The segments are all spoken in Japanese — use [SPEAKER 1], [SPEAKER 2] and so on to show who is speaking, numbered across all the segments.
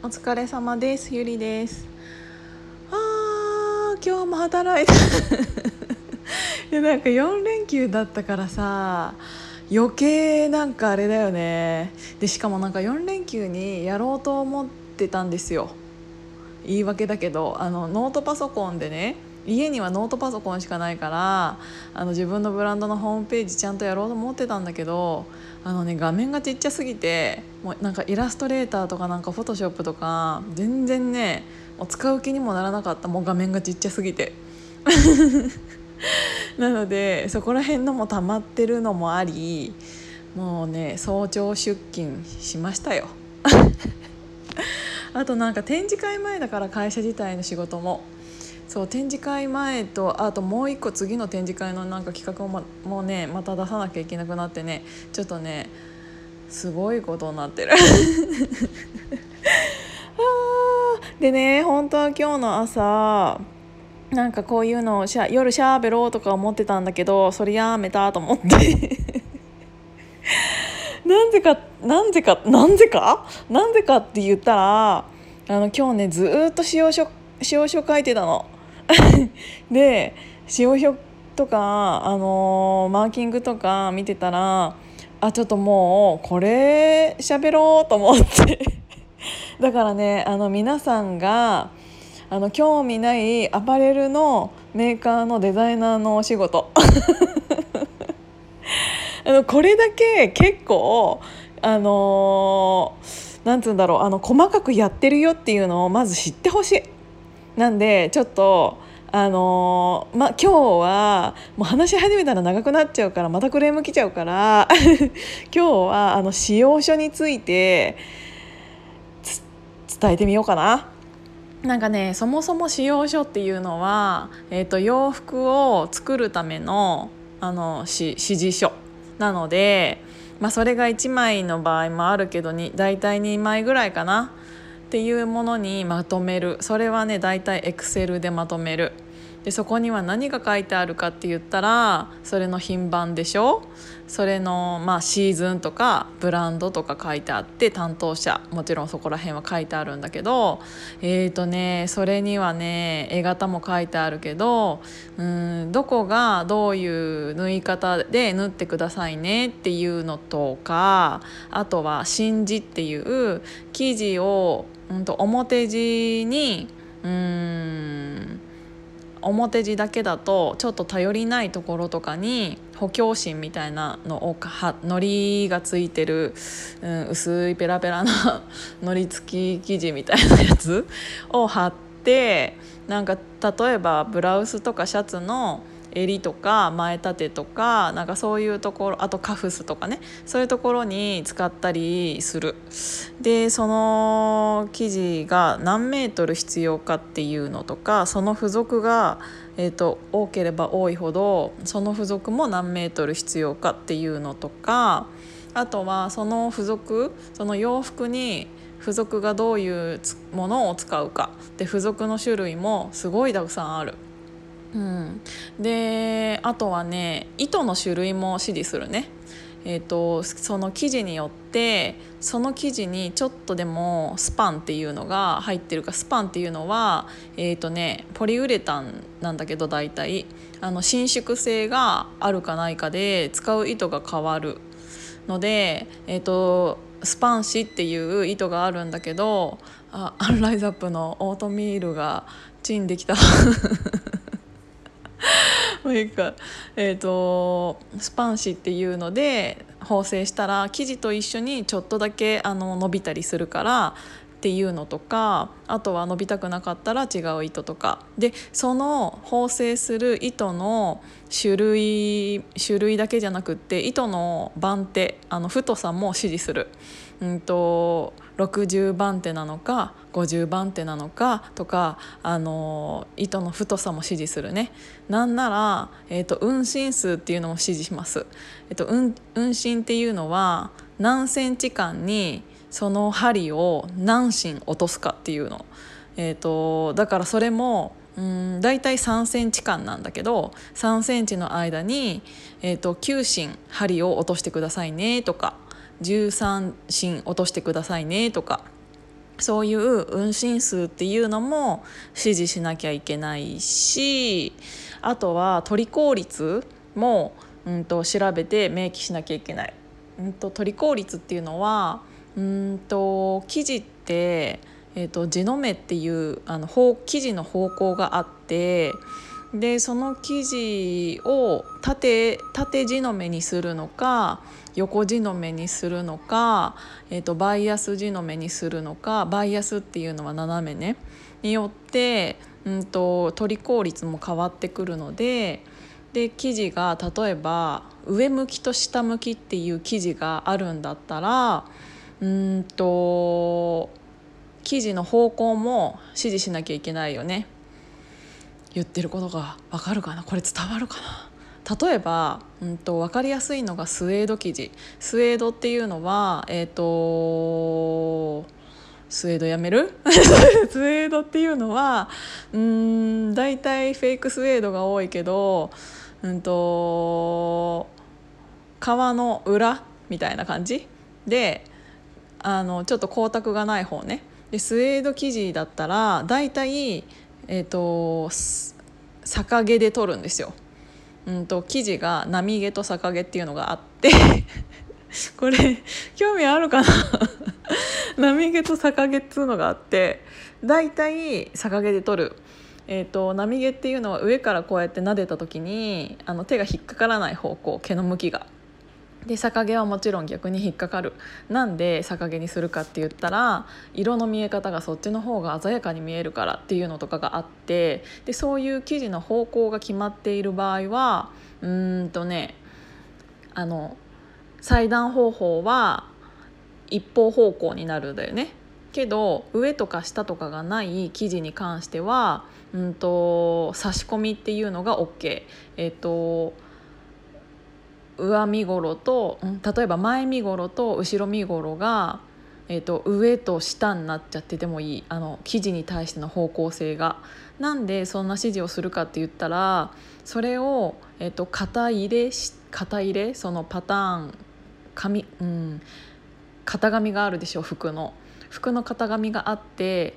[SPEAKER 1] お疲れ様です。ゆりです。今日も働いたなんか4連休だったからさ、余計なんかあれだよね。でしかもなんか4連休にやろうと思ってたんですよ。言い訳だけど、ノートパソコンでね、家にはノートパソコンしかないから、自分のブランドのホームページちゃんとやろうと思ってたんだけど、画面がちっちゃすぎて、もうなんかイラストレーターとかなんかフォトショップとか全然ね、もう使う気にもならなかった。もう画面がちっちゃすぎてなのでそこら辺のも溜まってるのもあり、もうね早朝出勤しましたよあとなんか展示会前だから、会社自体の仕事もそう展示会前と、あともう一個次の展示会のなんか企画をもうねまた出さなきゃいけなくなってね、ちょっとねすごいことになってるでね、本当は今日の朝なんかこういうのを夜しゃべろうとか思ってたんだけど、それやめたと思ってなんでかって言ったら、今日ねずっと使用書書いてたので使用書とか、マーキングとか見てたら、ちょっともうこれ喋ろうと思ってだからね、皆さんが興味ないアパレルのメーカーのデザイナーのお仕事これだけ結構なんつうんだろう、細かくやってるよっていうのをまず知ってほしい。なんでちょっと今日はもう話し始めたら長くなっちゃうから、またクレーム来ちゃうから今日は使用書について伝えてみようかな。なんかね、そもそも使用書っていうのは、洋服を作るための指示書なので、それが1枚の場合もあるけどだいたい2枚ぐらいかなっていうものにまとめる。それはねだいたい Excel でまとめる。でそこには何が書いてあるかって言ったら、それの品番でしょ、それの、シーズンとかブランドとか書いてあって、担当者もちろんそこら辺は書いてあるんだけど、それにはね絵型も書いてあるけど、どこがどういう縫い方で縫ってくださいねっていうのとか、あとは真地っていう生地を、表地に表地だけだとちょっと頼りないところとかに補強芯みたいなのをのりがついてる、薄いペラペラなのり付き生地みたいなやつを貼って、なんか例えばブラウスとかシャツの襟とか前立てとか、なんかそういうところ、あとカフスとかね、そういうところに使ったりする。でその生地が何メートル必要かっていうのとか、その付属が、多ければ多いほどその付属も何メートル必要かっていうのとか、あとはその付属、その洋服に付属がどういうものを使うかで、付属の種類もすごいたくさんある。であとはね、糸の種類も指示するね。その生地によって、その生地にちょっとでもスパンっていうのが入ってるか。スパンっていうのは、ポリウレタンなんだけど、だいたい伸縮性があるかないかで使う糸が変わるので、スパン紙っていう糸があるんだけど、アンライズアップのオートミールがチンできたもういいか。スパン紙っていうので縫製したら生地と一緒にちょっとだけ伸びたりするからっていうのとか、あとは伸びたくなかったら違う糸とかで、その縫製する糸の種類だけじゃなくって、糸の番手、太さも指示する。60番手なのか50番手なのかとか、糸の太さも指示するね。なんなら、運針数っていうのも指示します。運針っていうのは何センチ間にその針を何針落とすかっていうの。だからそれもだいたい3センチ間なんだけど、3センチの間に、9針針を落としてくださいねとか、13針落としてくださいねとか、 そういう運針数っていうのも指示しなきゃいけないし、あとは取り効率も、調べて明記しなきゃいけない。取り効率っていうのは記事って、字の目っていう記事の方向があって、でその記事を縦字の目にするのか横字の目にするのか、バイアス字の目にするのか、バイアスっていうのは斜めねによって、取り効率も変わってくるので、記事が例えば上向きと下向きっていう記事があるんだったら記事の方向も指示しなきゃいけないよね。言ってることが分かるかな、これ伝わるかな。例えば、分かりやすいのがスウェード記事。スウェードっていうのはスウェードやめるスウェードっていうのはだいたいフェイクスウェードが多いけど革の裏みたいな感じでちょっと光沢がない方ね。でスウェード生地だったらだいたい逆毛で取るんですよ。生地が波毛と逆毛っていうのがあってこれ興味あるかな波毛と逆毛っていうのがあってだいたい逆毛で取る。波毛っていうのは上からこうやって撫でた時に手が引っかからない方向、毛の向きが。で逆毛はもちろん逆に引っかかる。なんで逆毛にするかって言ったら色の見え方がそっちの方が鮮やかに見えるからっていうのとかがあって、でそういう生地の方向が決まっている場合は裁断方法は一方方向になるんだよね。けど上とか下とかがない生地に関しては差し込みっていうのが OK。上身ごろと、例えば前身ごろと後ろ身ごろが、上と下になっちゃっててもいい、生地に対しての方向性が。なんでそんな指示をするかって言ったらそれを、型入れそのパターン型紙があるでしょ。服の型紙があって、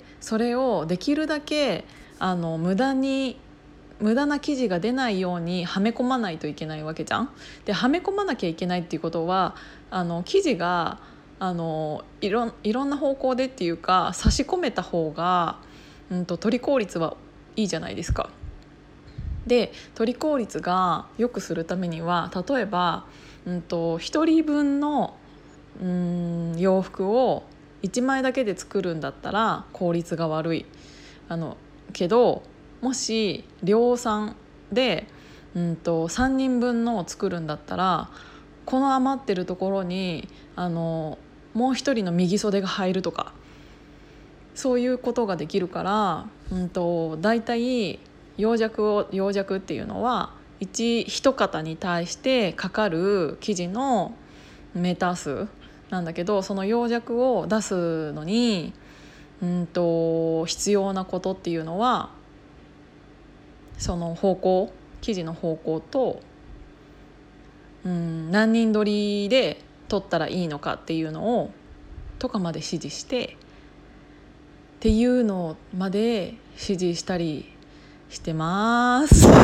[SPEAKER 1] それをできるだけ無駄な生地が出ないようにはめ込まないといけないわけじゃん。ではめ込まなきゃいけないっていうことは生地がいろんな方向でっていうか差し込めた方が、取り効率はいいじゃないですか。で取り効率が良くするためには例えば、1人分の洋服を1枚だけで作るんだったら効率が悪いけど、もし量産で3人分のを作るんだったらこの余ってるところにもう一人の右袖が入るとか、そういうことができるから、だいたい葉弱っていうのは1型に対してかかる生地のメーター数なんだけど、その葉弱を出すのに必要なことっていうのはその生地の方向と、何人取りで取ったらいいのかっていうのをとかまで指示してっていうのまで指示したりしてますも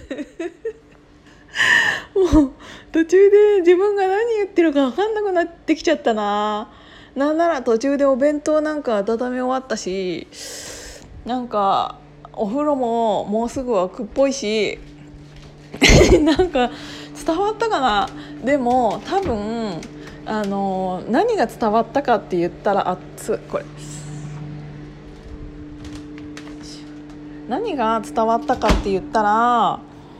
[SPEAKER 1] う途中で自分が何言ってるか分かんなくなってきちゃったな。なんなら途中でお弁当なんか温め終わったし、なんかお風呂ももうすぐ沸くっぽいしなんか伝わったかな。でも多分何が伝わったかって言ったらこれ何が伝わったかって言ったら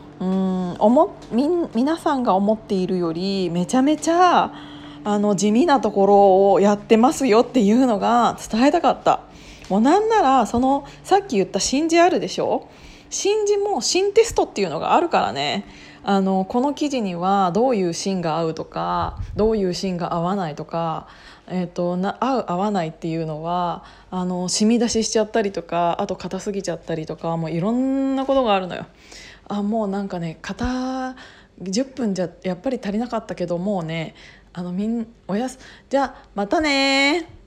[SPEAKER 1] 皆さんが思っているよりめちゃめちゃ地味なところをやってますよっていうのが伝えたかった。もうなんならさっき言った真字あるでしょ。真字も真テストっていうのがあるからね。この記事にはどういう芯が合うとかどういう芯が合わないとか、合う合わないっていうのは染み出ししちゃったりとか、あと硬すぎちゃったりとか、もういろんなことがあるのよ。もうなんかね10分じゃやっぱり足りなかったけど、もうねじゃあまたね。